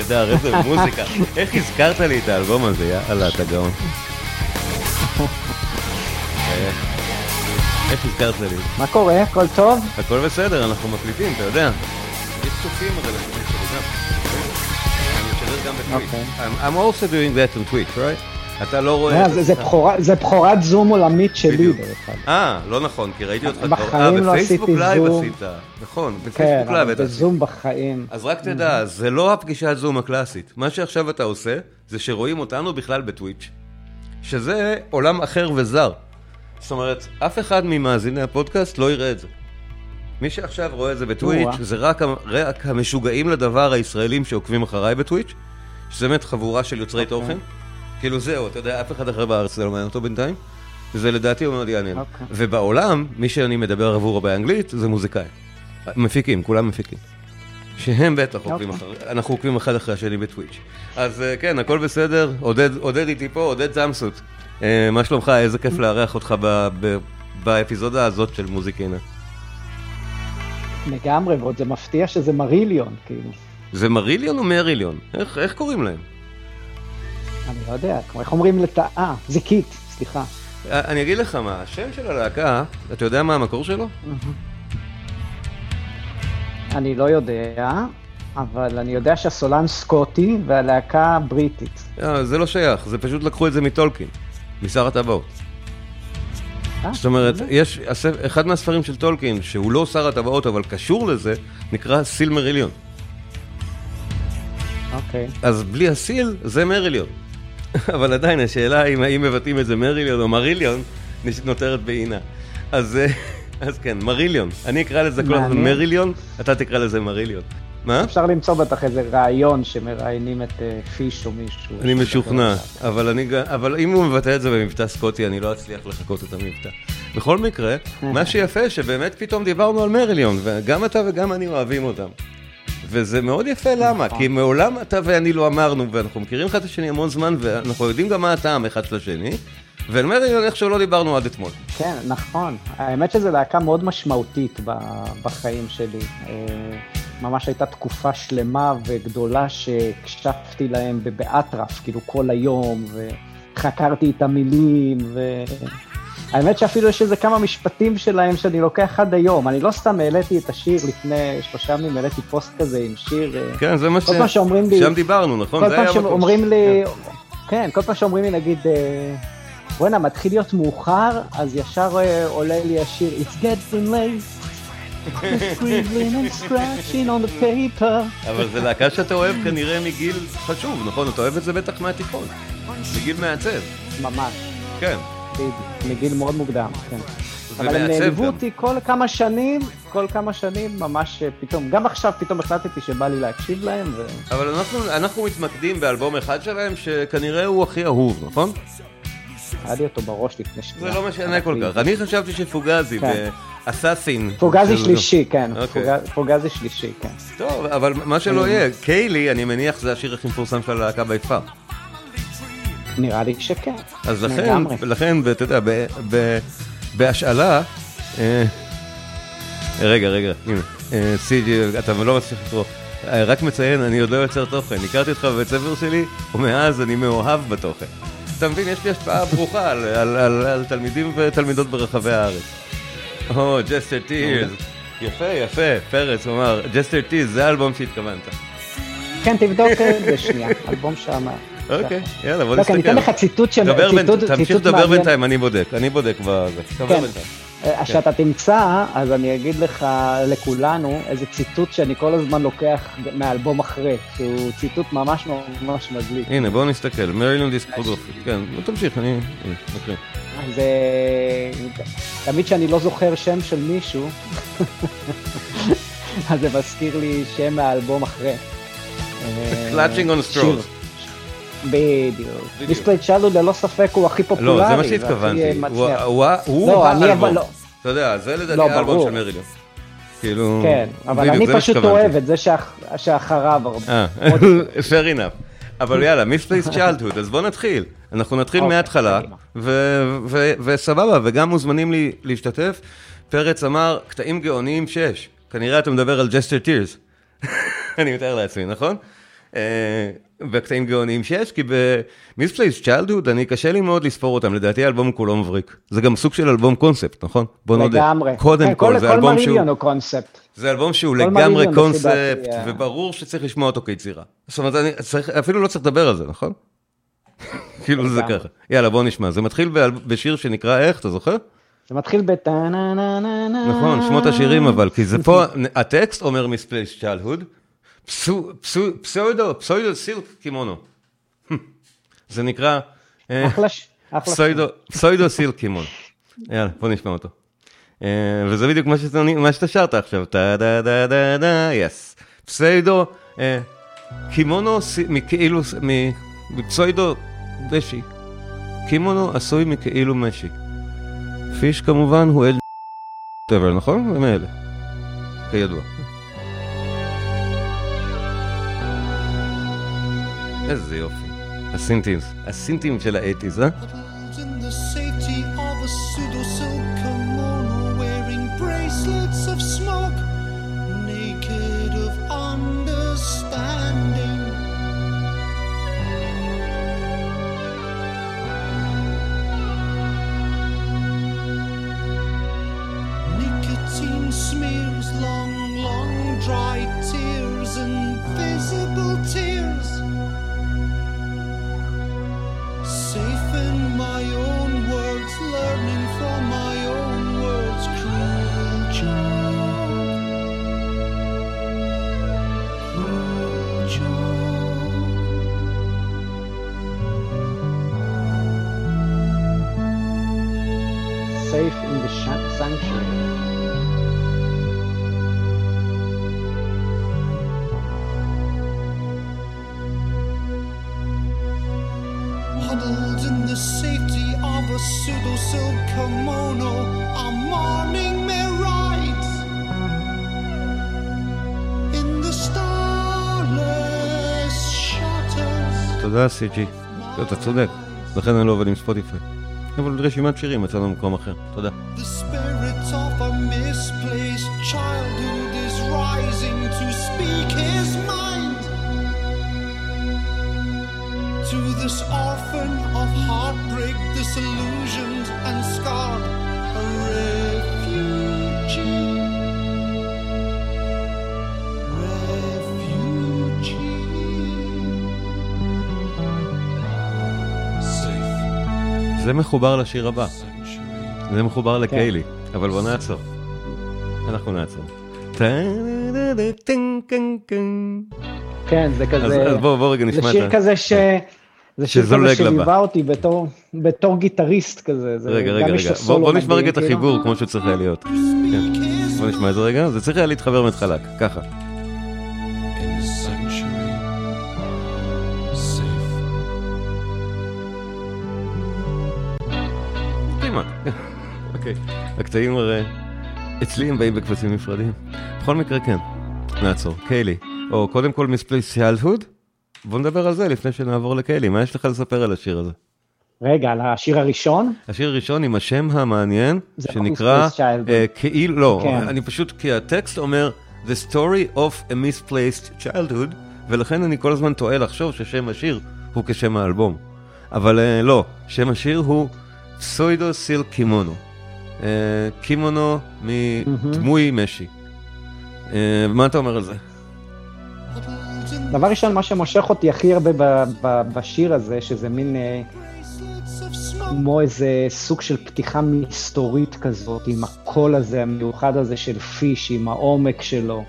נהדר, איזה מוזיקה. איך הזכרת לי את האלבום הזה, יאללה, אתה גאון. איך הזכרת לי? מה קורה? הכל טוב? הכל בסדר, אנחנו מקליטים, אתה יודע. יש צופים הרי לפני שלי גם. אני משדר גם בטוויץ'. I'm also doing that on Twitch, right? אתה לא רואה... זה בחורת זום עולמית שלי, דרך אגב. לא נכון, כי ראיתי אותך... בחיים לא עשיתי זום. נכון, בפייסבוק כן, לייב. אבל בזום בחיים. אז רק תדע, זה לא הפגישת זום הקלאסית. מה שעכשיו אתה עושה, זה שרואים אותנו בכלל בטוויץ', שזה עולם אחר וזר. זאת אומרת, אף אחד ממאזיני הפודקאסט לא יראה את זה. מי שעכשיו רואה את זה בטוויץ', זה רק המשוגעים לדבר הישראלים שעוקבים אחריי בטוויץ', שזה באמת חבורה של יוצרי תוכן. כאילו זהו, אתה יודע, אף אחד אחר בארץ לא מעניין אותו בינתיים, וזה לדעתי הוא מאוד יעניין. ובעולם, מי שאני מדבר עבורו באנגלית, זה מוזיקאים. מפיקים, כולם מפיקים. שהם בטח עוקבים אחרי, אנחנו עוקבים אחד אחרי השני בטוויץ'. אז כן, הכל בסדר, עודד איתי פה, עודד זמסות. מה שלומך? איזה כיף לארח אותך באפיזודה הזאת של מוזיקינה. לגמרי, ועוד זה מפתיע שזה מריליון, כאילו. זה מריליון או מריליון? איך קוראים להם? אני לא יודע, איך אומרים לטעה? זה קיט, סליחה. אני אגיד לך מה, השם של הלהקה, אתה יודע מה המקור שלו? אני לא יודע, אבל אני יודע שהסולן סקוטי והלהקה בריטית. זה לא שייך, זה פשוט לקחו את זה מטולקין, משר הטבעות. זאת אומרת, יש אחד מהספרים של טולקין, שהוא לא שר הטבעות, אבל קשור לזה, נקרא סילמריליון. אוקיי. אז בלי הסיל, זה מריליון. אבל עדיין השאלה אם מבטאים את זה מריליון או מריליון, נותרת בעינה. אז כן, מריליון. אני אקרא לזה כל הזמן מריליון, אתה תקרא לזה מריליון. מה? אפשר למצוא בטח איזה רעיון שמראיינים את פיש או מישהו. אני משוכנע, אבל אם הוא מבטא את זה במבטא סקוטי, אני לא אצליח לחכות את המבטא. בכל מקרה, מה שיפה שבאמת פתאום דיברנו על מריליון, וגם אתה וגם אני אוהבים אותם. וזה מאוד יפה, למה? כי מעולם אתה ואני לא אמרנו, ואנחנו מכירים אחד השני המון זמן, ואנחנו יודעים גם מה הטעם אחד של השני, ומריליון איכשהו לא דיברנו עד אתמול. כן, נכון. האמת שזו להקה מאוד משמעותית בחיים שלי. ממש הייתה תקופה שלמה וגדולה שהקשבתי להם באטרף, כאילו כל היום, וחקרתי את המילים, האמת שאפילו יש איזה כמה משפטים שלהם שאני לוקח עד היום. אני לא סתם העליתי את השיר לפני 3 ימים, העליתי פוסט כזה עם שיר... כן, זה מה שאומרים לי... שם דיברנו, נכון? כל פעם שאומרים לי... כן, כל פעם שאומרים לי, נגיד, בוא'נה, מתחיל להיות מאוחר, אז ישר עולה לי השיר, It's getting late. Scribbling and scratching on the paper. אבל זה להקה שאתה אוהב כנראה מגיל חשוב, נכון? אתה אוהב את זה בטח מהתיכון. מגיל מעצב. ממש. כן. מגיל מאוד מוקדם, כן. אבל הם ליוו אותי כל כמה שנים, ממש פתאום, גם עכשיו פתאום החלטתי שבא לי להקשיב להם. אבל אנחנו מתמקדים באלבום אחד שלהם שכנראה הוא הכי אהוב, נכון? היה לי אותו בראש לפני זה לא משנה כל כך. אני חשבתי שפוגזי באסאסין. פוגזי שלישי, כן. פוגזי שלישי, כן. טוב, אבל מה שלא יהיה, קיילי, אני מניח, זה השיר הכי מפורסם של הלהקה ביתפר. נראה לי שכן. אז לכן, ואתה יודע, בהשאלה, רגע, הנה, סיג'י, אתה לא מצליח לקרוא, רק מציין, אני עוד לא יוצר תוכן, הכרתי אותך בבית ספר שלי, ומאז אני מאוהב בתוכן. אתה מבין, יש לי השפעה ברוכה על תלמידים ותלמידות ברחבי הארץ. ג'סטר טירס, יפה, פרץ, הוא אמר, ג'סטר טירס, זה האלבום שהתכוונת. כן, תבדוק בשנייה, אלבום שאמר. אוקיי, יאללה, בוא נסתכל. אני אתן לך ציטוט תמשיך לדבר בינתיים, אני בודק בזה. דבר בינתיים. כשאתה תמצא, אז אני אגיד לך, לכולנו, איזה ציטוט שאני כל הזמן לוקח מהאלבום אחרי, שהוא ציטוט ממש ממש מדליק. הנה, בואו נסתכל, מריליון דיסקוגרפי. כן, בוא תמשיך, אני מקריא. אז תמיד שאני לא זוכר שם של מישהו, אז זה מזכיר לי שם מהאלבום אחרי. Clutching on Straws. בדיוק. דיספלייד צ'יילדהוד ללא ספק הוא הכי פופולרי. לא, זה מה שהתכוונתי. הוא האלבום. אתה יודע, זה לדעתי האלבום של מריליון. כאילו... כן, אבל אני פשוט אוהב את זה שאחריו הרבה. fair enough. אבל יאללה, Misplaced Childhood, אז בוא נתחיל. אנחנו נתחיל מההתחלה, וסבבה, וגם מוזמנים לי להשתתף. פרץ אמר, קטעים גאוניים 6. כנראה אתה מדבר על Jester Tears. אני מתאר לעצמי, נכון? בקטעים גאוניים שיש, כי ב-Misplaced Childhood אני קשה לי מאוד לספור אותם, לדעתי האלבום כולו מבריק. זה גם סוג של אלבום קונספט, נכון? בוא נודה. לגמרי. קודם כל, זה אלבום שהוא... כל מריליון הוא קונספט. זה אלבום שהוא לגמרי קונספט, וברור שצריך לשמוע אותו כיצירה. זאת אומרת, אפילו לא צריך לדבר על זה, נכון? כאילו זה ככה. יאללה, בוא נשמע. זה מתחיל בשיר שנקרא איך, אתה זוכר? זה מתחיל בטה-נה-נה-נה-נה. נכון, שמות השירים אבל, כי זה פה, הטקסט אומר Misplaced Childhood, פסוידו סילק קימונו. זה נקרא פסוידו סילק קימונו. יאללה, בוא נשמע אותו. וזה בדיוק מה שאתה שרת עכשיו. טה-דה-דה-דה-דה, יס. פסוידו, קימונו מכאילו, מפסוידו משי. קימונו עשוי מכאילו משי. פיש כמובן הוא נכון? הם האלה. כידוע. איזה יופי. הסינטים של ה-80s, אה? Smears long, long dry tears, invisible tears. Safe in my own words, learning from my own words. Cruel joke, cruel joke. Safe in the sanctuary. Huddled in the safety of a pseudo-silk kimono, I'm mourning me right in the starless shutters. תודה, סי-ג'י. אתה צודק, לכן אני לא עובד עם ספוטיפיי. אבל רשימת שירים מצאנו במקום אחר. תודה. The spirit of a misplaced childhood is rising to speak his mind to this orphan of heartbreak, disillusioned and scarred, a refugee. זה מחובר לשיר הבא. זה מחובר לקיילי, אבל בוא נעצור. אנחנו נעצור. כן, זה כזה... אז בוא רגע נשמע את זה. זה שיר כזה זה שיר כזה שליווה אותי בתור גיטריסט כזה. רגע. בוא נשמע רגע את החיבור כמו שצריך היה להיות. בוא נשמע את זה רגע. זה צריך היה להתחבר מתחלק, ככה. אוקיי, הקטעים הרי אצלי הם באים בקבצים נפרדים. בכל מקרה כן, נעצור. קיילי, או קודם כל Misplaced Childhood, בוא נדבר על זה לפני שנעבור לקיילי. מה יש לך לספר על השיר הזה? רגע, על השיר הראשון? השיר הראשון עם השם המעניין, שנקרא כאילו, לא, אני פשוט, כי הטקסט אומר The Story of a Misplaced Childhood, ולכן אני כל הזמן טועה לחשוב ששם השיר הוא כשם האלבום. אבל לא, שם השיר הוא פסוידו סילק קימונו. קימונו מדמוי משי. מה אתה אומר על זה? דבר ראשון, מה שמושך אותי הכי הרבה בשיר הזה, שזה מין כמו איזה סוג של פתיחה מסתורית כזאת, עם הקול הזה, המיוחד הזה של פיש, עם העומק שלו.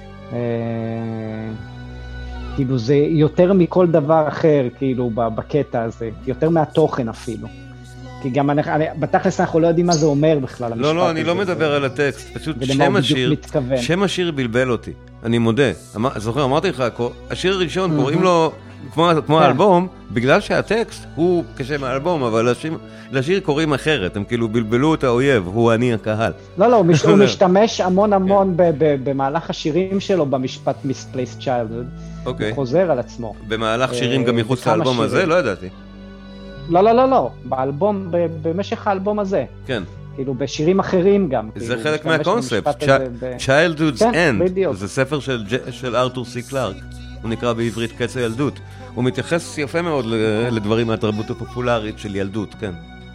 כאילו זה יותר מכל דבר אחר, כאילו בקטע הזה, יותר מהתוכן אפילו. כי גם בתכלס אנחנו לא יודעים מה זה אומר בכלל. לא, אני לא מדבר על הטקסט, פשוט שם השיר בלבל אותי, אני מודה. זוכר, אמרתי לך, השיר הראשון קוראים לו כמו האלבום, בגלל שהטקסט הוא כשם האלבום, אבל לשיר קוראים אחרת, הם כאילו בלבלו את האויב, הוא אני הקהל. לא, הוא משתמש המון במהלך השירים שלו במשפט Misplaced Childhood, הוא חוזר על עצמו. במהלך שירים גם מחוץ לאלבום הזה? לא ידעתי. לא, באלבום, במשך האלבום הזה. כן. כאילו בשירים אחרים גם. זה חלק מהקונספט, Childhood's End, זה ספר של ארתור סי קלארק, הוא נקרא בעברית קץ הילדות. הוא מתייחס יפה מאוד לדברים מהתרבות הפופולרית של ילדות, כן.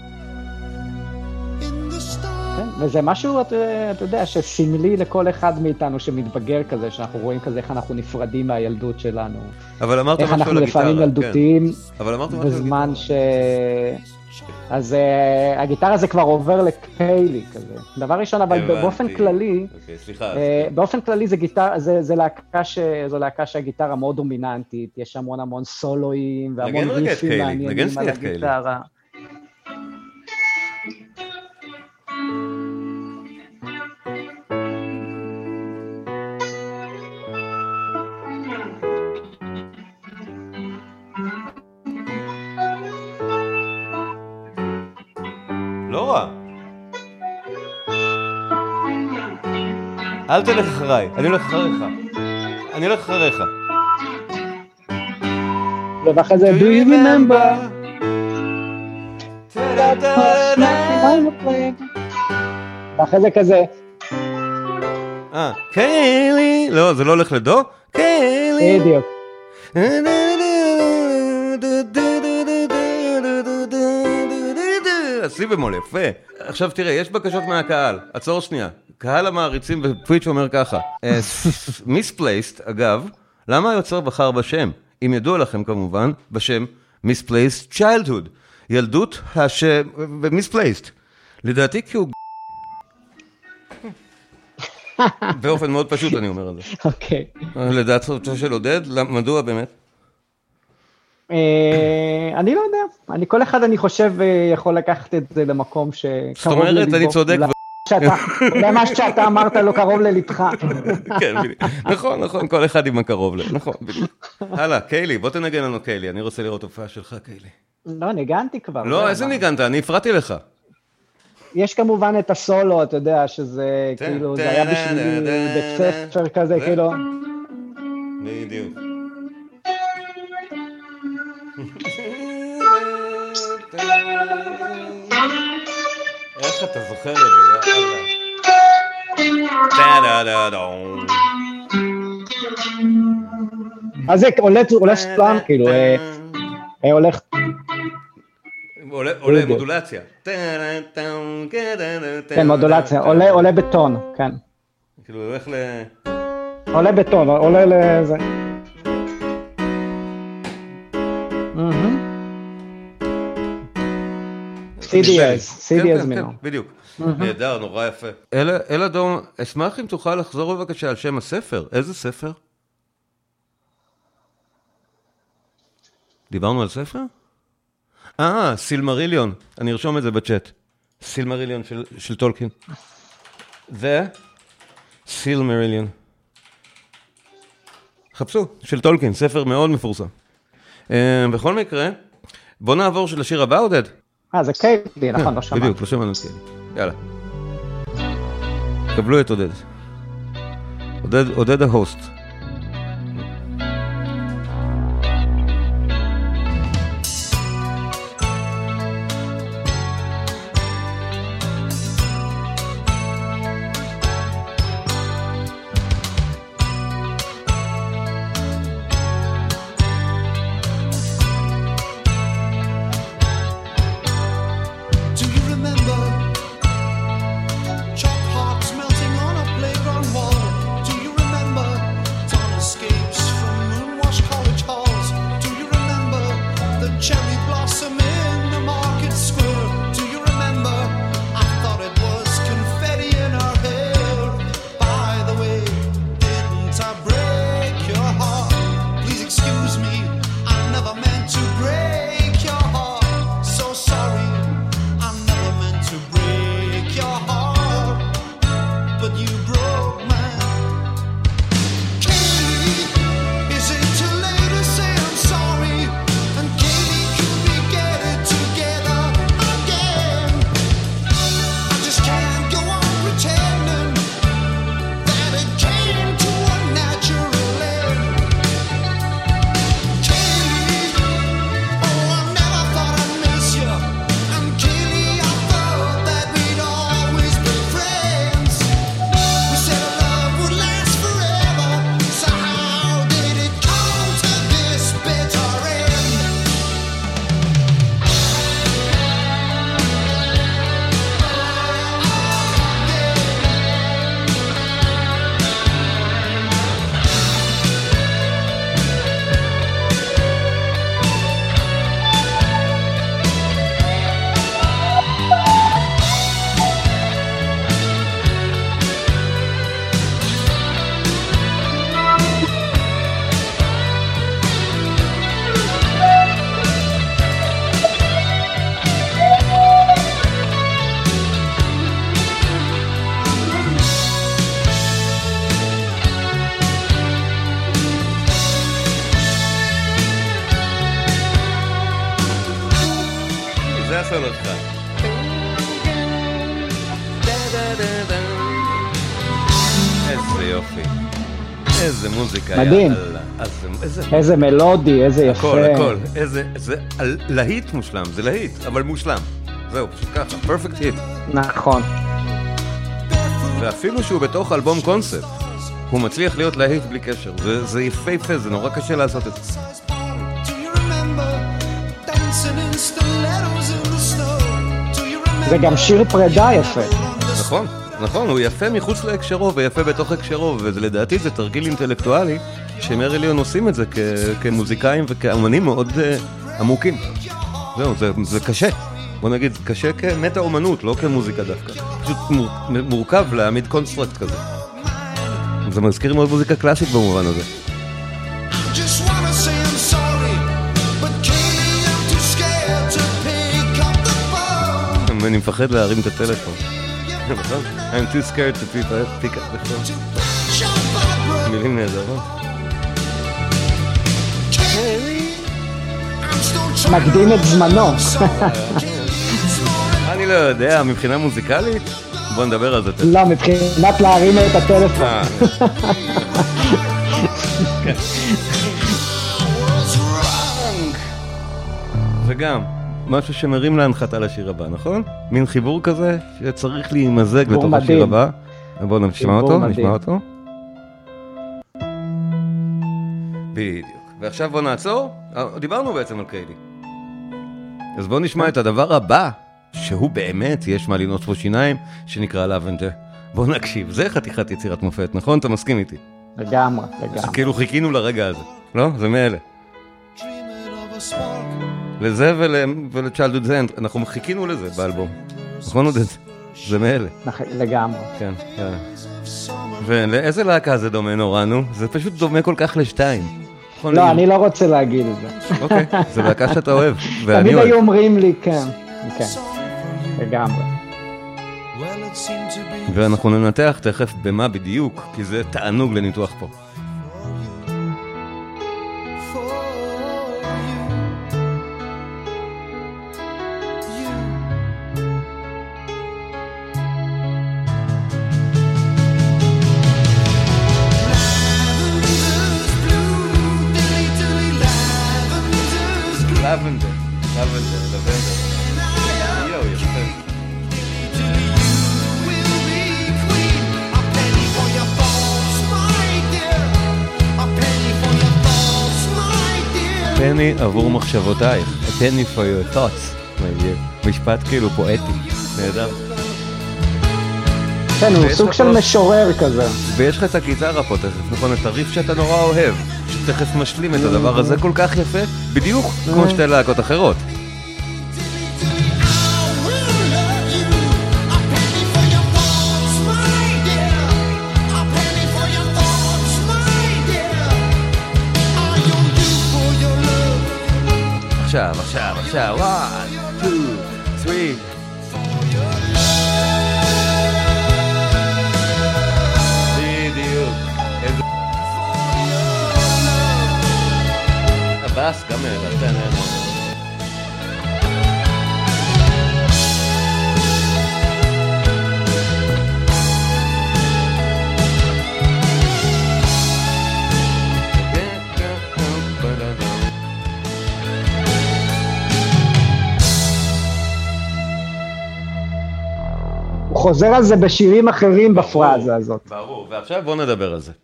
וזה משהו, אתה יודע, שסמלי לכל אחד מאיתנו שמתבגר כזה, שאנחנו רואים כזה איך אנחנו נפרדים מהילדות שלנו. אבל אמרת משהו על הגיטרה. איך אנחנו לפעמים ילדותיים, אבל אמרת משהו על בזמן אז הגיטרה זה כבר עובר לקיילי כזה. דבר ראשון, אבל באופן כללי, באופן כללי זו להקה שהגיטרה מאוד דומיננטית, יש המון סולואים והמון ריפים מעניינים על הגיטרה. לא רע. אל תלך אחריי, אני הולך אחריך. אני הולך אחריך. ואחרי זה, do you remember? ואחרי זה כזה. קיילי. לא, זה לא הולך לדו? קיילי. בדיוק. עשי במול, יפה. עכשיו תראה, יש בקשות מהקהל. עצור שנייה. קהל המעריצים בטוויץ' אומר ככה. Misplaced, אגב, למה היוצר בחר בשם? אם ידוע לכם כמובן, בשם Misplaced Childhood. ילדות Misplaced. לדעתי כי הוא... באופן מאוד פשוט אני אומר את זה. אוקיי. לדעתו של עודד, מדוע באמת? אני לא יודע. כל אחד אני חושב יכול לקחת את זה למקום שקרוב זאת אומרת, אני צודק. למה שאתה אמרת לו קרוב ללבך. כן, נכון, כל אחד עם הקרוב לב, נכון, בדיוק. הלאה, קיילי, בוא תנגן לנו קיילי, אני רוצה לראות הופעה שלך, קיילי. לא, ניגנתי כבר. לא, איזה ניגנת? אני הפרעתי לך. יש כמובן את הסולו, אתה יודע, שזה כאילו, זה היה בשבילי בית ספר כזה, כאילו. בדיוק. איך אתה זוכר את זה? אז זה עולה ספלם, כאילו, הולך... עולה מודולציה. כן, מודולציה, עולה בטון, כן. כאילו, הולך ל... עולה בטון, עולה לזה. CDS מינו. בדיוק. נהדר, נורא יפה. אלאדום, אשמח אם תוכל לחזור בבקשה על שם הספר. איזה ספר? דיברנו על ספר? סילמריליון. אני ארשום את זה בצ'אט. סילמריליון של טולקין. זה סילמריליון. חפשו, של טולקין, ספר מאוד מפורסם. בכל מקרה, בוא נעבור של השיר הבא, עודד. זה קיילי, נכון, לא שמענו. בדיוק, לא שמענו את קיילי. יאללה. קבלו את עודד. עודד ההוסט. Chalk hearts melting on a playground wall. Do you remember הסולו שלך. איזה יופי. איזה מוזיקה. מדהים. איזה מלודי, איזה יפה. הכל. זה להיט מושלם, זה להיט, אבל מושלם. זהו, פשוט ככה, פרפקט היט. נכון. ואפילו שהוא בתוך אלבום קונספט, הוא מצליח להיות להיט בלי קשר. זה יפה, זה נורא קשה לעשות את זה. זה גם שיר פרידה יפה. נכון, הוא יפה מחוץ להקשרו ויפה בתוך הקשרו, ולדעתי זה תרגיל אינטלקטואלי שמריליון עושים את זה כמוזיקאים וכאמנים מאוד עמוקים. זהו, זה קשה. בוא נגיד, קשה כמטה אומנות, לא כמוזיקה דווקא. פשוט מורכב להעמיד קונסטרקט כזה. זה מזכיר מאוד מוזיקה קלאסית במובן הזה. אני מפחד להרים את הטלפון. I'm too scared to pick up the phone. מילים נהדרות. מקדים את זמנו. אני לא יודע, מבחינה מוזיקלית? בוא נדבר על זה. לא, מבחינת להרים את הטלפון. וגם, משהו שמרים להנחתה לשיר הבא, נכון? מין חיבור כזה שצריך להימזג לתוך השיר הבא. בואו נשמע אותו. בדיוק. ועכשיו בואו נעצור. דיברנו בעצם על קיילי. אז בואו נשמע את הדבר הבא, שהוא באמת, יש מה לנעוץ פה שיניים, שנקרא לבנדר. בואו נקשיב. זה חתיכת יצירת מופת, נכון? אתה מסכים איתי? לגמרי. כאילו חיכינו לרגע הזה. לא? זה מאלה. לזה ולצ'יילדהוד אנד, אנחנו חיכינו לזה באלבום. נכון עוד את זה? זה מאלה. לגמרי. כן. ולאיזה להקה זה דומה נורנו? זה פשוט דומה כל כך לשתיים. לא, אני לא רוצה להגיד את זה. אוקיי, זה להקה שאתה אוהב. תמיד היו אומרים לי, כן. לגמרי. ואנחנו ננתח תכף במה בדיוק, כי זה תענוג לניתוח פה. לבנדר. יואו, יפה. פני עבור מחשבותייך. A penny for your thoughts. משפט כאילו פואטי. נהדר. כן, הוא סוג של משורר כזה. ויש לך את הגיטרה פה תכף, נכון? את הריף שאתה נורא אוהב. שתכף משלים את הדבר הזה כל כך יפה, בדיוק כמו שתי להקות אחרות. עכשיו, 1, 2, 3 בדיוק. הבאס גם נהדר. הוא חוזר על זה בשירים אחרים בפרזה הזאת. ברור, ועכשיו בוא נדבר על זה.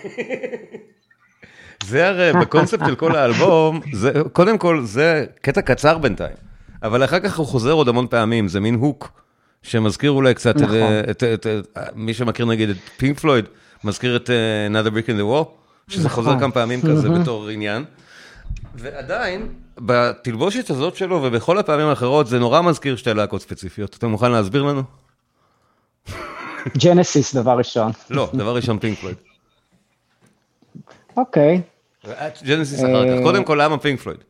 זה הרי בקונספט של כל האלבום, קודם כל זה קטע קצר בינתיים, אבל אחר כך הוא חוזר עוד המון פעמים, זה מין הוק שמזכיר אולי קצת, מי שמכיר נגיד את פינק פלויד, מזכיר את Another Brick in the Wall, שזה חוזר כמה פעמים כזה בתור עניין, ועדיין, בתלבושת הזאת שלו ובכל הפעמים האחרות, זה נורא מזכיר שתי להקות ספציפיות. אתה מוכן להסביר לנו? ג'נסיס דבר ראשון. לא, דבר ראשון פינק פלויד. אוקיי. ג'נסיס אחר כך. קודם כל, למה פינק פלויד?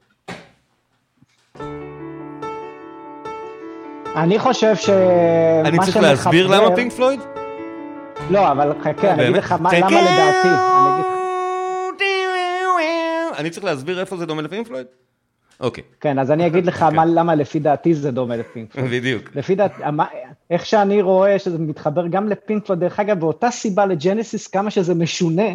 אני חושב אני צריך להסביר למה פינק פלויד? לא, אבל חכה, אני אגיד לך למה לדעתי. אני צריך להסביר איפה זה דומה לפינק פלויד? אוקיי. כן, אז אני אגיד לך למה לפי דעתי זה דומה לפינק פלויד. בדיוק. לפי דעתי, איך שאני רואה שזה מתחבר גם לפינק פלויד, דרך אגב, באותה סיבה לג'נסיס, כמה שזה משונה,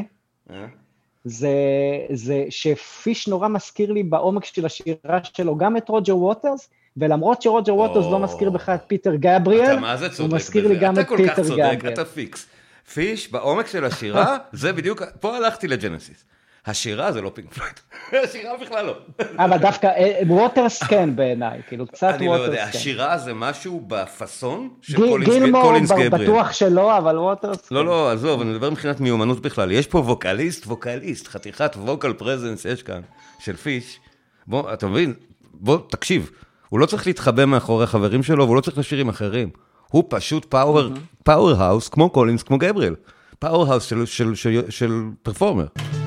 זה שפיש נורא מזכיר לי בעומק של השירה שלו, גם את רוג'ר ווטרס, ולמרות שרוג'ר ווטרס לא מזכיר בכלל את פיטר גבריאל, הוא מזכיר לי גם את פיטר גבריאל. אתה כל כך צודק, אתה פיקס. פיש, בעומק של השירה, זה בדיוק, פה הלכתי לג'נסיס. השירה זה לא פינק פלויד, השירה בכלל לא. אבל דווקא ווטרס כן בעיניי, כאילו קצת ווטרס כן. אני לא יודע, השירה זה משהו בפסון של קולינס גילמור גבריאל. בטוח שלא, אבל ווטרס כן. לא, עזוב, אני מדבר מבחינת מיומנות בכלל. יש פה ווקליסט, חתיכת ווקל פרזנס יש כאן, של פיש. בוא, אתה מבין? בוא, תקשיב. הוא לא צריך להתחבא מאחורי החברים שלו, והוא לא צריך לשיר עם אחרים. הוא פשוט פאוור האוס, כמו קולינס, כמו גבריאל. פאוור האוס של פרפורמר.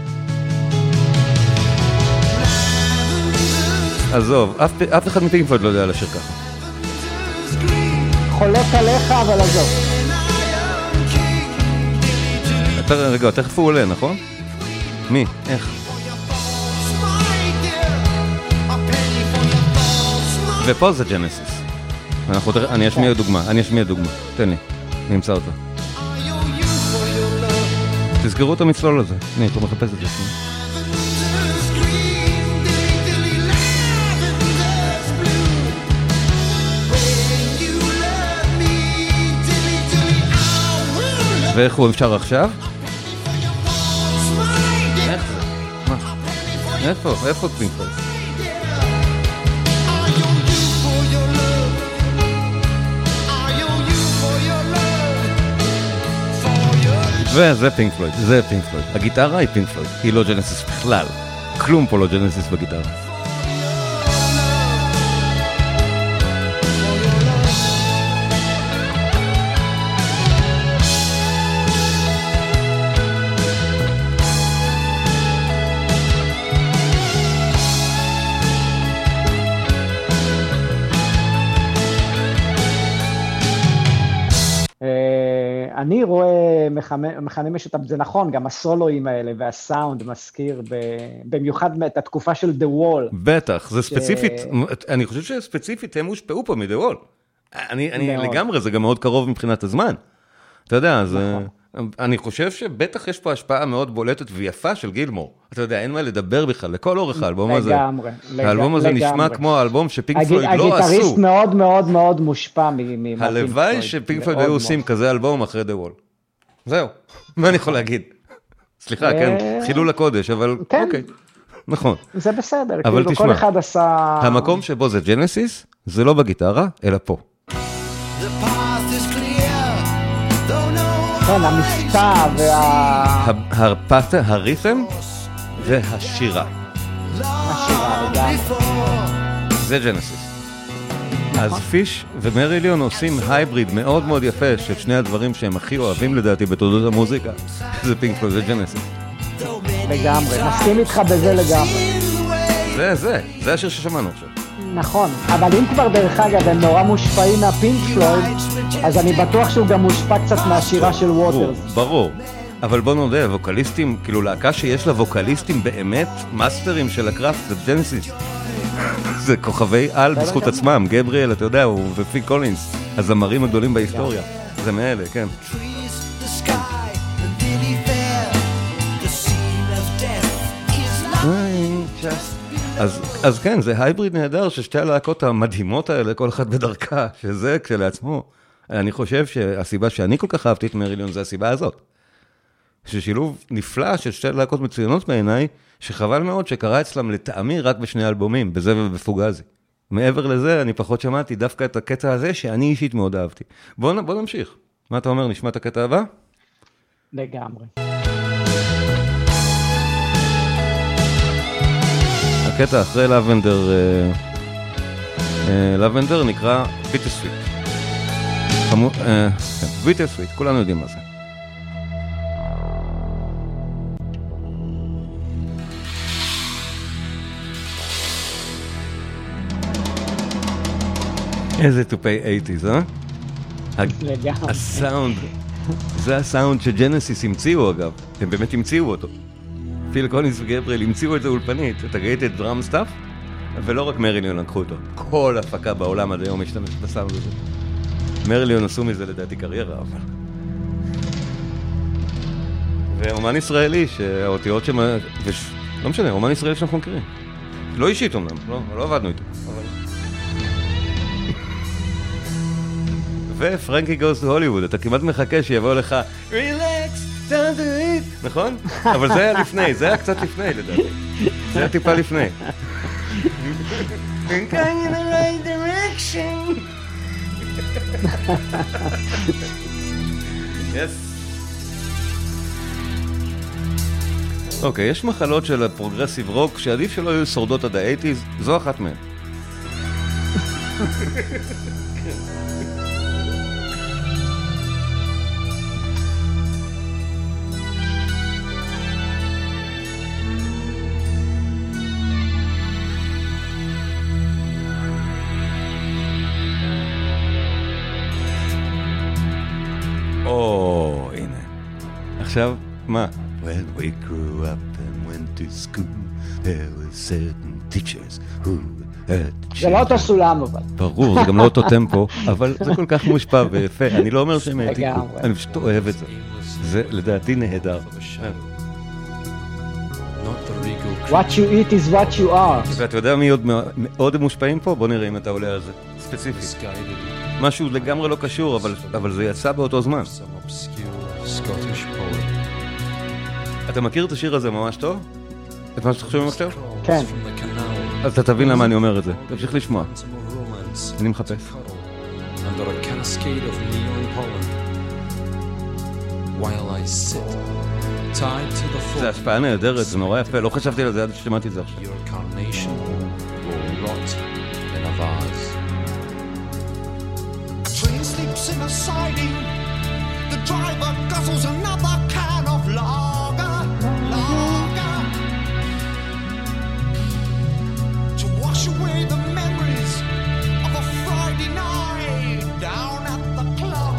עזוב, אף אחד מפינק פלויד לא יודע לשיר ככה. חולק עליך, אבל עזוב. רגע, תכף הוא עולה, נכון? מי? איך? ופה זה ג'נסיס. אני אשמיע דוגמה. תן לי, אני אמצא אותו. תזכרו את המצלול הזה. הנה, אתה מחפש את זה. ואיך הוא אפשר עכשיו? איך זה? מה? איפה פינק פלויד? וזה פינק פלויד, זה פינק פלויד. הגיטרה היא פינק פלויד, היא לא ג'נסיס בכלל. כלום פה לא ג'נסיס בגיטרה. אני רואה מכנה משותף, זה נכון, גם הסולואים האלה והסאונד מזכיר במיוחד את התקופה של The Wall. בטח, זה ספציפית, אני חושב שספציפית הם הושפעו פה מ-The Wall. אני לגמרי, זה גם מאוד קרוב מבחינת הזמן. אתה יודע, אני חושב שבטח יש פה השפעה מאוד בולטת ויפה של גילמור. אתה יודע, אין מה לדבר בכלל, לכל אורך האלבום הזה. לגמרי. האלבום הזה נשמע כמו האלבום שפינק פלויד לא עשו. הגיטריסט מאוד מאוד מאוד מושפע מפינק פלויד. הלוואי שפינק פלויד היו עושים כזה אלבום אחרי The Wall. זהו, מה אני יכול להגיד? סליחה, כן, חילול הקודש, אבל אוקיי. נכון. זה בסדר, אבל כאילו כל אחד עשה... המקום שבו זה ג'נסיס, זה לא בגיטרה, אלא פה. כן, המבטא הריתם והשירה. השירה, לגמרי. זה ג'נסיס. אז פיש ומריליון עושים הייבריד מאוד מאוד יפה של שני הדברים שהם הכי אוהבים לדעתי בתולדות המוזיקה. זה פינק פלויד, זה ג'נסיס. לגמרי, מסכים איתך בזה לגמרי. זה השיר ששמענו עכשיו. נכון, אבל אם כבר דרך אגב הם נורא מושפעים מהפינק פלויד, אז אני בטוח שהוא גם מושפע קצת מהשירה של ווטרס. ברור, אבל בוא נודה, ווקליסטים, כאילו להקה שיש לה ווקליסטים באמת, מאסטרים של הקראפט, זה ג'נסיס. זה כוכבי על בזכות עצמם, גבריאל, אתה יודע, ופיל קולינס, הזמרים הגדולים בהיסטוריה. זה מאלה, כן. אז כן, זה הייבריד נהדר ששתי הלהקות המדהימות האלה, כל אחד בדרכה, שזה כשלעצמו. אני חושב שהסיבה שאני כל כך אהבתי את מריליון זה הסיבה הזאת. ששילוב נפלא של שתי להקות מצוינות בעיניי, שחבל מאוד שקרה אצלם לטעמי רק בשני אלבומים, בזה ובפוגזי. מעבר לזה, אני פחות שמעתי דווקא את הקטע הזה, שאני אישית מאוד אהבתי. בוא נמשיך. מה אתה אומר, נשמע את הקטע הבא? לגמרי. הקטע אחרי לבנדר נקרא ביטר סוויט. ביטר סוויט, כולנו יודעים מה זה. איזה טופי 80s, הסאונד, זה הסאונד שג'נסיס המציאו אגב, הם באמת המציאו אותו. פיל קולינס וגבריאל המציאו את זה אולפנית, אתה ראית את דראם סטאפ? ולא רק מריליון לקחו אותו, כל הפקה בעולם עד היום משתמשת בסאונד הזה. מריליון עשו מזה לדעתי קריירה, אבל... ואומן ישראלי שהאותיות שמה... לא משנה, אומן ישראלי שאנחנו מכירים. לא אישית אומנם, לא עבדנו איתו, אבל... ופרנקי גוס טו הוליווד, אתה כמעט מחכה שיבוא לך רילקס, don't do it, נכון? אבל זה היה לפני, זה היה קצת לפני לדעתי. זה היה טיפה לפני. I'm going in the right direction. Yes. אוקיי, יש מחלות של הפרוגרסיב רוק שעדיף שלא יהיו שורדות עד ה-80s, זו אחת מהן. או, הנה. עכשיו, מה? When we grew up and went to school, there were certain teachers who had... זה לא אותו סולם אבל. ברור, זה גם לא אותו טמפו, אבל זה כל כך מושפע ויפה. אני לא אומר שהם העתיקו, אני פשוט אוהב את זה. זה לדעתי נהדר. What you eat is what you are. ואתה יודע מי עוד מושפעים פה? בוא נראה אם אתה עולה על זה. ספציפית. משהו לגמרי לא קשור, אבל זה יצא באותו זמן. אתה מכיר את השיר הזה ממש טוב? את מה שאתה חושבים עכשיו? כן. אז אתה תבין למה אני אומר את זה. תמשיך לשמוע. אני מחפש. זה השפעה נהדרת, זה נורא יפה. לא חשבתי על זה עד ששמעתי את זה עכשיו. Train sleeps in a siding. The driver guzzles another can of lager. To wash away the memories of a Friday night down at the club.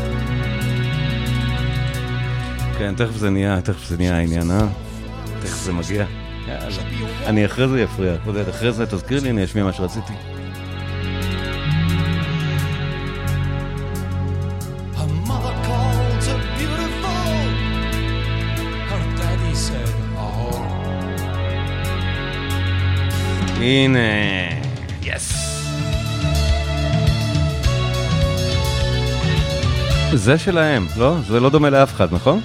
כן, תכף זה נהיה העניין, תכף זה מגיע. אני אחרי זה יפריע. אחרי זה תזכיר לי, אני אשמיע מה שרציתי. הנה, יס. זה שלהם, לא? זה לא דומה לאף אחד, נכון?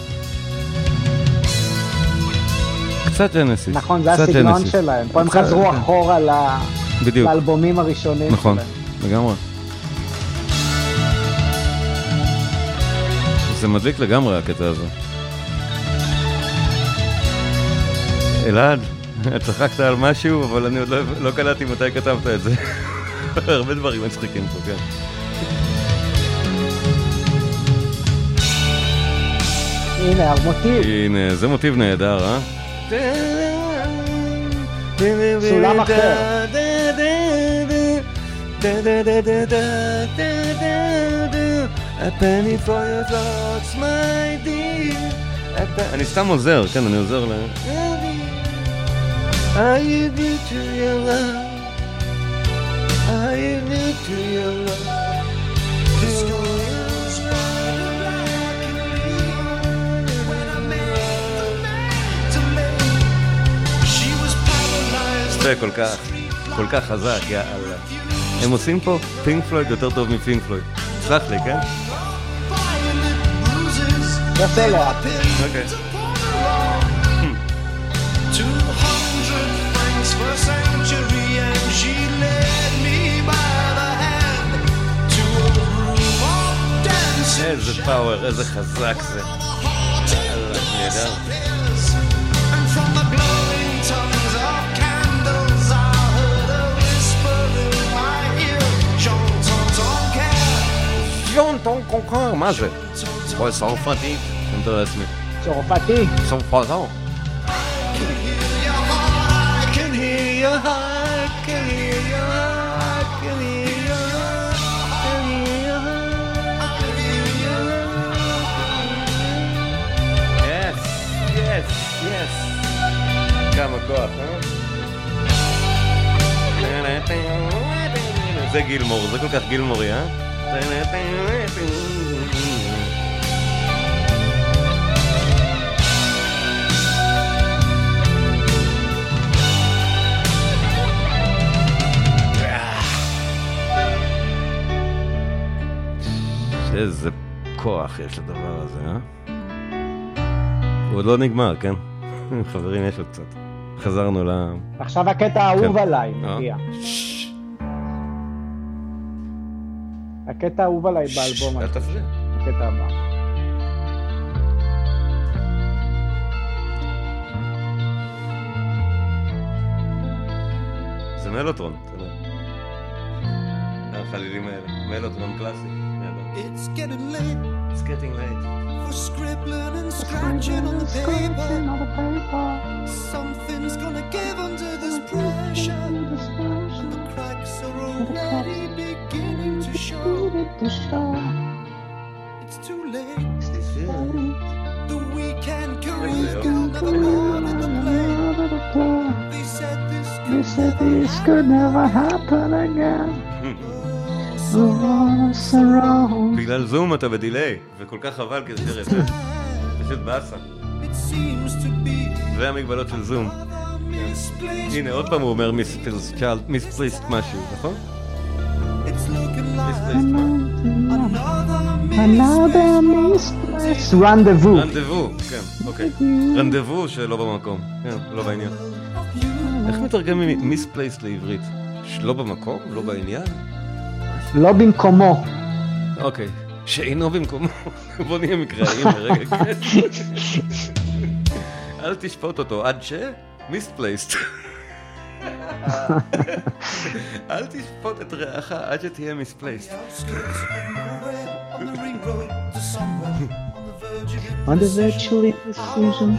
קצת ג'נסיס. נכון, זה הסגנון שלהם. פה הם חזרו אחורה לאלבומים הראשונים שלהם. נכון, לגמרי. זה מדליק לגמרי הקטע הזה. אלעד. צחקת על משהו, אבל אני עוד לא קלטתי מתי כתבת את זה. הרבה דברים מצחיקים פה, כן. הנה, המוטיב. הנה, זה מוטיב נהדר, אה? סולם אחר. A penny for your thoughts, my dear. אני סתם עוזר, כן, אני עוזר להם. Are you new to your love? Are you new to your love? The stories were black and blue when I met the man to me. She was paralyzed. זה כל כך חזק, יאללה. הם עושים פה פינק פלויד יותר טוב מפינק פלויד. סלח לי, כן? יפה לו. אוקיי. For a century and she led me by the hand to a room of dancing. איזה פאוור, איזה חזק זה. נהדר. And from the glowing tongues of candles I heard a whisper in my ear. ז'ונטון קונקר, מה זה? אוי, צרפתי. אני מתאר לעצמי. צרפתי. צרפתי. כמה כוח, זה גילמור, זה כל כך גילמורי, אה? איזה כוח יש לדבר הזה, אה? הוא עוד לא נגמר, כן? חברים, יש עוד קצת. חזרנו ל... עכשיו הקטע האהוב עליי מגיע. הקטע האהוב עליי באלבום. אל תפריע. הקטע הבא. זה מלוטרון, אתה יודע. החלילים האלה. מלוטרון קלאסי. It's getting late It's getting late. for scribbling and scratching on the paper. Something's gonna give under this pressure, and the cracks are already beginning to show. It's too late. The weekend careers girl never boarded the plane. They said this could never happen again. בגלל זום אתה בדיליי, וכל כך חבל כדי תראה, זה פשוט באסה. זה המגבלות של זום. הנה, עוד פעם הוא אומר מיספליסט משהו, נכון? Another misplaced rendezvous. רנדבו, כן, אוקיי. רנדבו שלא במקום, כן, לא בעניין. איך מתרגם מיספליסט לעברית? שלא במקום? לא בעניין? לא במקומו. אוקיי, שאינו במקומו. בוא נהיה מקראיים לרגע. אל תשפוט אותו עד ש... misplaced. אל תשפוט את רעך עד שתהיה misplaced. On the virtually decision.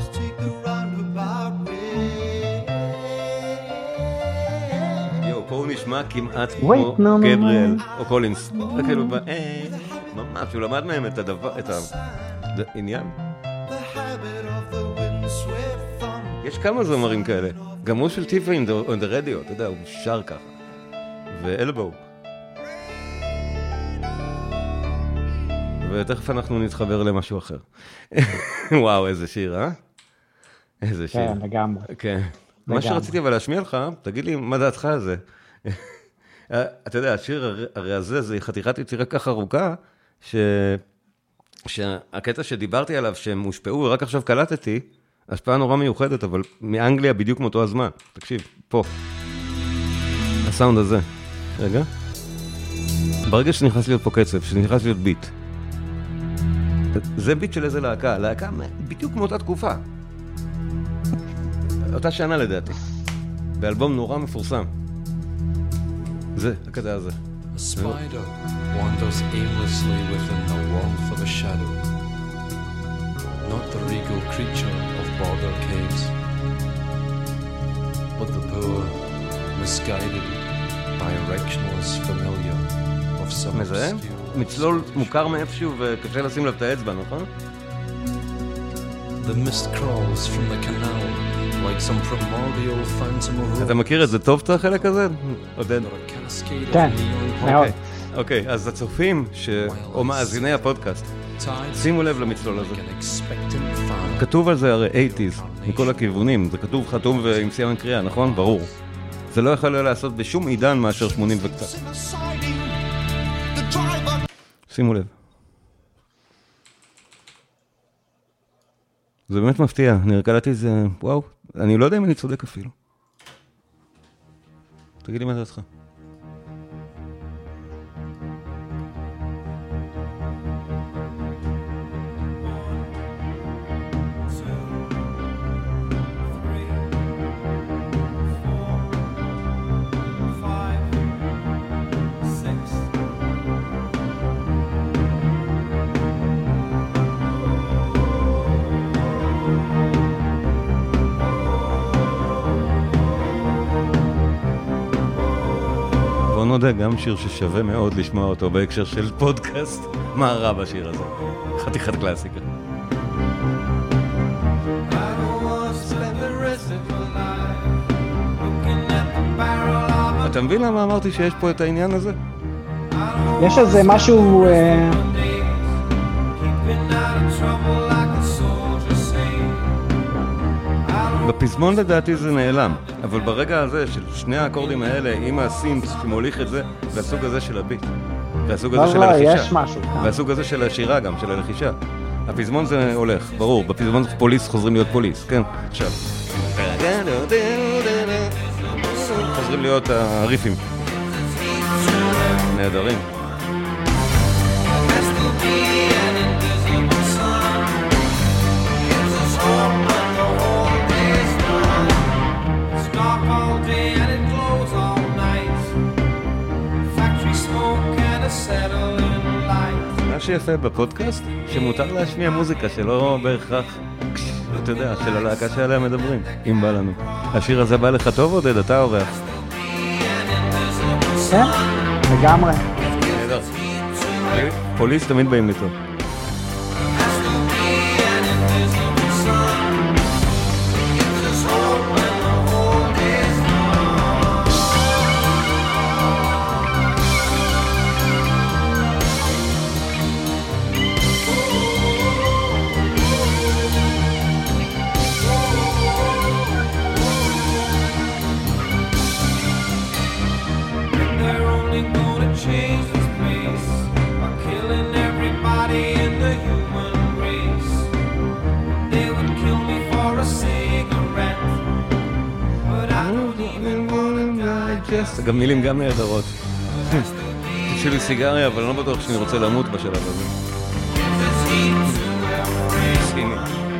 פה הוא נשמע כמעט כמו גבריאל או קולינס. זה כאילו, ממש, הוא למד מהם את העניין. יש כמה זמרים כאלה. גם הוא של טיפה in the radio, אתה יודע, הוא שר ככה. ואלבו. ותכף אנחנו נתחבר למשהו אחר. וואו, איזה שיר, אה? איזה שיר. כן, לגמרי. כן. מה שרציתי אבל להשמיע לך, תגיד לי מה דעתך על זה. אתה יודע, השיר הרי הזה, זה חתיכת יצירה ככה ארוכה, שהקטע שדיברתי עליו, שהם הושפעו, רק עכשיו קלטתי, השפעה נורא מיוחדת, אבל מאנגליה בדיוק מאותו הזמן. תקשיב, פה. הסאונד הזה. רגע. ברגע שנכנס להיות פה קצב, שנכנס להיות ביט. זה ביט של איזה להקה. להקה בדיוק מאותה תקופה. אותה שנה לדעתי. באלבום נורא מפורסם. זה, הקטע הזה. A spider wanders aimlessly within the warmth of a shadow. Not the regal creature of border caves, but the poor, misguided, directionless familiar of some מזהה? מצלול מוכר מאיפשהו וקשה לשים לב את האצבע, נכון? The mist crawls from the canal like some primordial phantom of אתה מכיר את זה טוב את החלק הזה? עודד? כן, מאוד. אוקיי, אז הצופים או מאזיני הפודקאסט, שימו לב למצלול הזה. כתוב על זה הרי 80s, מכל הכיוונים, זה כתוב חתום ועם סימן קריאה, נכון? ברור. זה לא יכול לעשות בשום עידן מאשר 80 וקצת. שימו לב. זה באמת מפתיע, אני קלטתי זה, וואו, אני לא יודע אם אני צודק אפילו. תגיד לי מה דעתך. נודה, גם שיר ששווה מאוד לשמוע אותו בהקשר של פודקאסט. מה רע בשיר הזה? חתיכת קלאסיקה. אתה אתה מבין למה אמרתי שיש פה את העניין הזה? יש איזה משהו... בפזמון לדעתי זה נעלם, אבל ברגע הזה של שני האקורדים האלה, עם הסינט שמוליך את זה, והסוג הזה של הביט, והסוג הזה של הלחישה, יש משהו. והסוג הזה של השירה גם, של הלחישה. הפזמון זה הולך, ברור, בפזמון פוליס חוזרים להיות פוליס, כן? עכשיו. חוזרים להיות הריפים. נהדרים. מה שיפה בפודקאסט, שמותר להשמיע מוזיקה שלא בהכרח, אתה יודע, של הלהקה שעליה מדברים, אם בא לנו. השיר הזה בא לך טוב, עודד, אתה אורח? כן, לגמרי. נהדר. פוליס תמיד באים לי טוב. גם מילים גם נהדרות. תשאיר לי סיגריה, אבל אני לא בטוח שאני רוצה למות בשלב הזה. סכיני.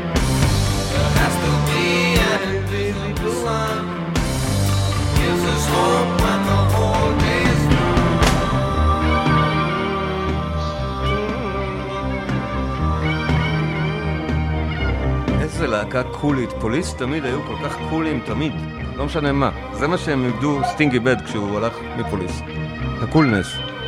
איזה להקה קולית. פוליס תמיד היו כל כך קולים, תמיד. לא משנה מה. זה מה שהם איבדו סטינגי בד כשהוא הלך מפוליס. הקולנס.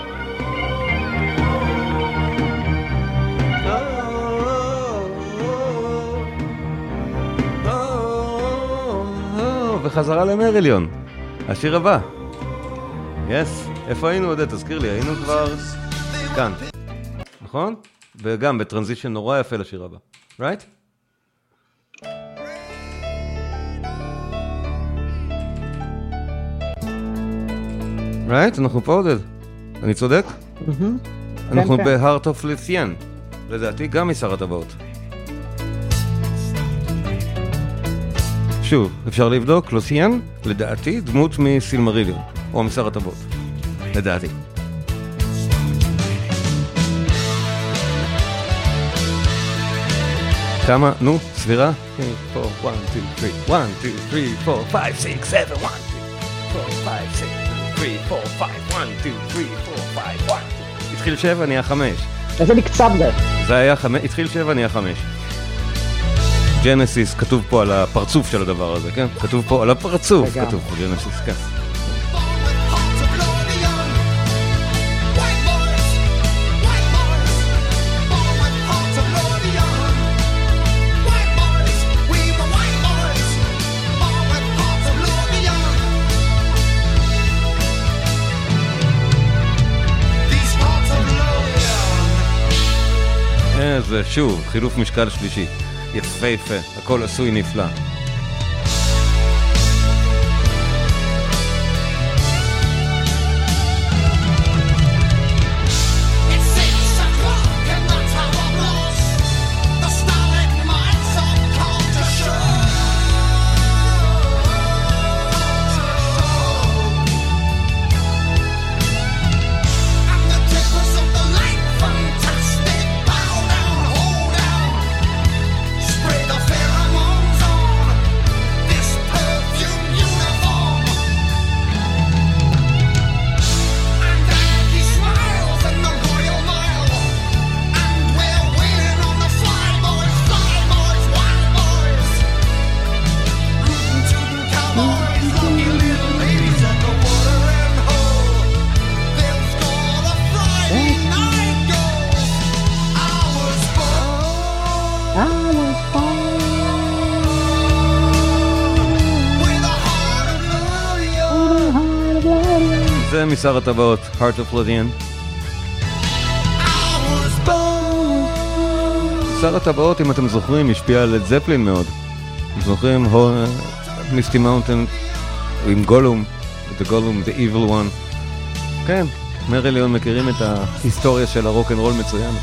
וחזרה למריליון. השיר הבא. יס. איפה היינו עוד? תזכיר לי, היינו כבר כאן. נכון? וגם בטרנזישן נורא יפה לשיר הבא. Right? Right? אנחנו פה עודד. אני צודק? אנחנו ב-Heart of Lithian. לדעתי גם משר הטבעות. שוב, אפשר לבדוק, לות'יאן, לדעתי, דמות מסילמריליון, או משר הטבעות. לדעתי. כמה? נו, סבירה? 4, 1, 2, 3, 1, 2, 3, 4, 5, 6, 7, 1, 2, 4, 5, 6, 3, 4, 5, 1, 2, 3, 4, 5, 1, 2. התחיל 7, נהיה 5. איזה מקצב זה? זה היה 5, התחיל 7, נהיה 5. ג'נסיס, כתוב פה על הפרצוף של הדבר הזה, כן? כתוב פה על הפרצוף, כתוב פה ג'נסיס, כן. זה שוב, חילוף משקל שלישי. יפה יפה, הכל עשוי נפלא. זה משר הטבעות, Heart of Lothian. שר הטבעות, אם אתם זוכרים, השפיע על את זפלין מאוד. אתם זוכרים, מיסטי מאונטן, עם גולום, את הגולום, The Evil One. כן, מריליון מכירים את ההיסטוריה של הרוק אנד רול מצוין.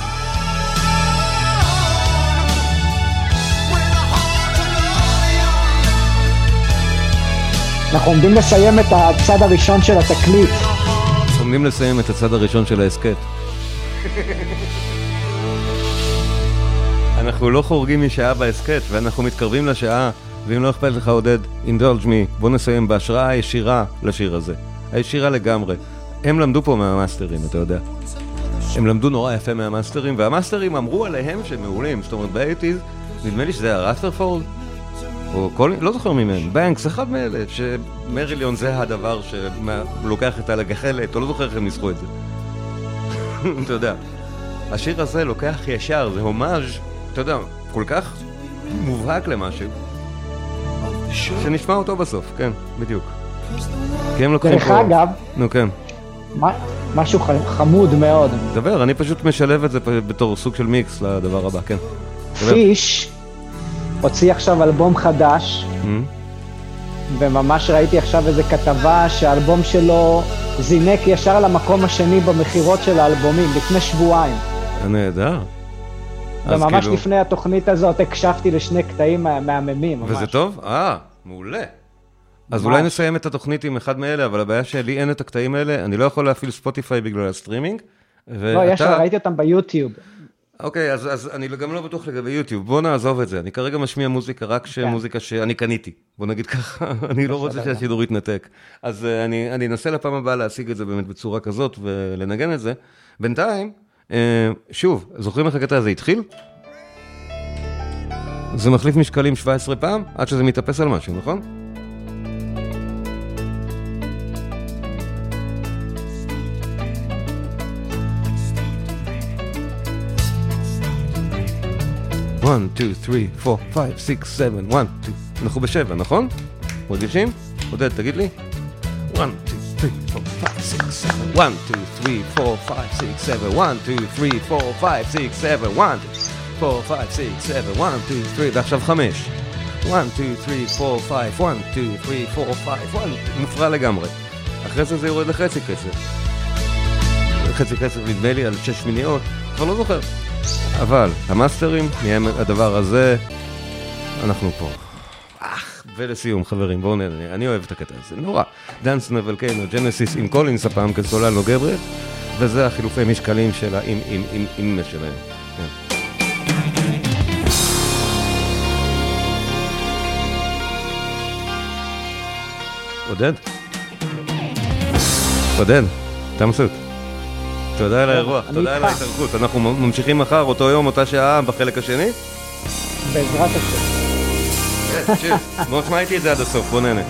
אנחנו עומדים לסיים את הצד הראשון של התקליט. עומדים לסיים את הצד הראשון של ההסקט. אנחנו לא חורגים משעה בהסקט, ואנחנו מתקרבים לשעה, ואם לא אכפת לך עודד, indulge me, בוא נסיים בהשראה הישירה לשיר הזה. הישירה לגמרי. הם למדו פה מהמאסטרים, אתה יודע. הם למדו נורא יפה מהמאסטרים, והמאסטרים אמרו עליהם שהם מעולים. זאת אומרת, באייטיז, נדמה לי שזה היה רת'רפורד, או כל, לא זוכר ממנו, בנקס, אחד מאלה, שמריליון זה הדבר שלוקח את הגחלת, או לא זוכר איך הם ניסחו את זה. אתה יודע, השיר הזה לוקח ישר, זה הומאז', אתה יודע, כל כך מובהק למשהו, שנשמע אותו בסוף, כן, בדיוק. כי הם לוקחים פה... דרך אגב, נו כן. משהו חמוד מאוד. דבר, אני פשוט משלב את זה בתור סוג של מיקס לדבר הבא, כן. פיש הוציא עכשיו אלבום חדש, וממש ראיתי עכשיו איזו כתבה שהאלבום שלו זינק ישר למקום השני במחירות של האלבומים, לפני שבועיים. נהדר. וממש לפני התוכנית הזאת הקשבתי לשני קטעים מהממים. וזה טוב? מעולה. אז אולי נסיים את התוכנית עם אחד מאלה, אבל הבעיה שלי אין את הקטעים האלה, אני לא יכול להפעיל ספוטיפיי בגלל הסטרימינג. לא, יש, ראיתי אותם ביוטיוב. אוקיי, אז אני גם לא בטוח לגבי יוטיוב, בוא נעזוב את זה, אני כרגע משמיע מוזיקה, רק מוזיקה שאני קניתי, בוא נגיד ככה, אני לא רוצה שהשידור יתנתק. אז אני אנסה לפעם הבאה להשיג את זה באמת בצורה כזאת ולנגן את זה. בינתיים, שוב, זוכרים איך הקטע הזה התחיל? זה מחליף משקלים 17 פעם, עד שזה מתאפס על משהו, נכון? One, two, three, four, five, six, seven, one, two. אנחנו בשבע, נכון? מרגישים? עודד, תגיד לי. One, two, three, four, five, six, seven. One, two, three, four, five, six, seven. One, two, three, four, five, six, seven. One, two, four, five, six, seven. One, two, three. ועכשיו 5. One, two, three, four, five. One, two, three, four, five. One, מופרע לגמרי. אחרי זה יורד לחצי קצב. חצי קצב נדמה לי על 6 מיניות. כבר לא זוכר. אבל המאסטרים, נהיה הדבר הזה, אנחנו פה. ולסיום חברים, בואו נהנה, אני אוהב את הקטע הזה, נורא. דאנס נבלקיינו, ג'נסיס עם קולינס הפעם כסולן גבריאל, וזה החילופי משקלים של עם שלהם. כן. עודד, אתה מסות. תודה על האירוח, תודה על ההתארחות. אנחנו ממשיכים מחר, אותו יום, אותה שעה, בחלק השני? בעזרת השם. בוא תשמע איתי את זה עד הסוף, בוא נהנה.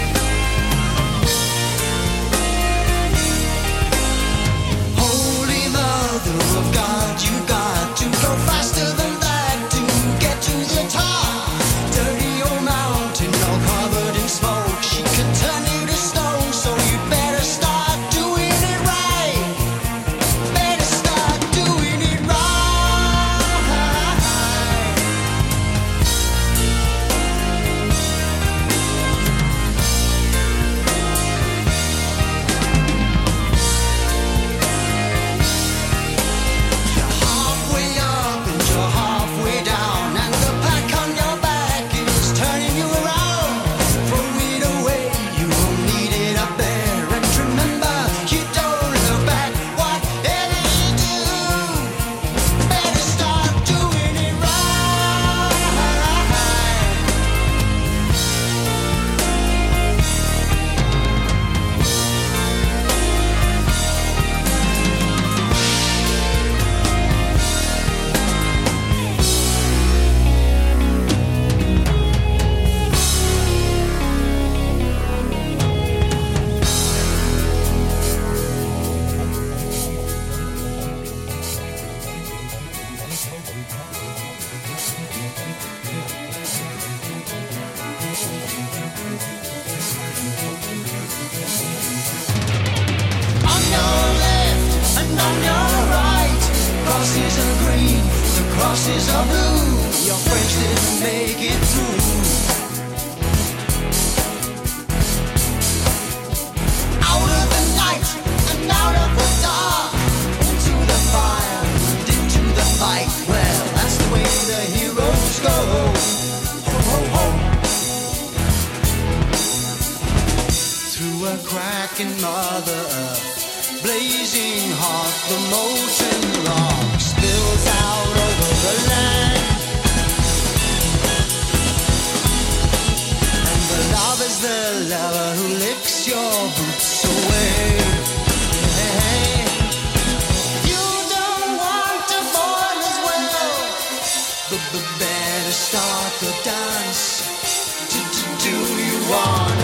Holy crosses are green, the crosses are blue. Your friends didn't make it through. Out of the night and out of the dark, into the fire and into the fight. Well, that's the way the heroes go. Ho, ho, ho. Through a crack in Mother Earth, blazing hot, the molten rock spills out over the land. And the love is the lover who licks your boots away. Hey, you don't want to fall as well, but better start the dance. Do you want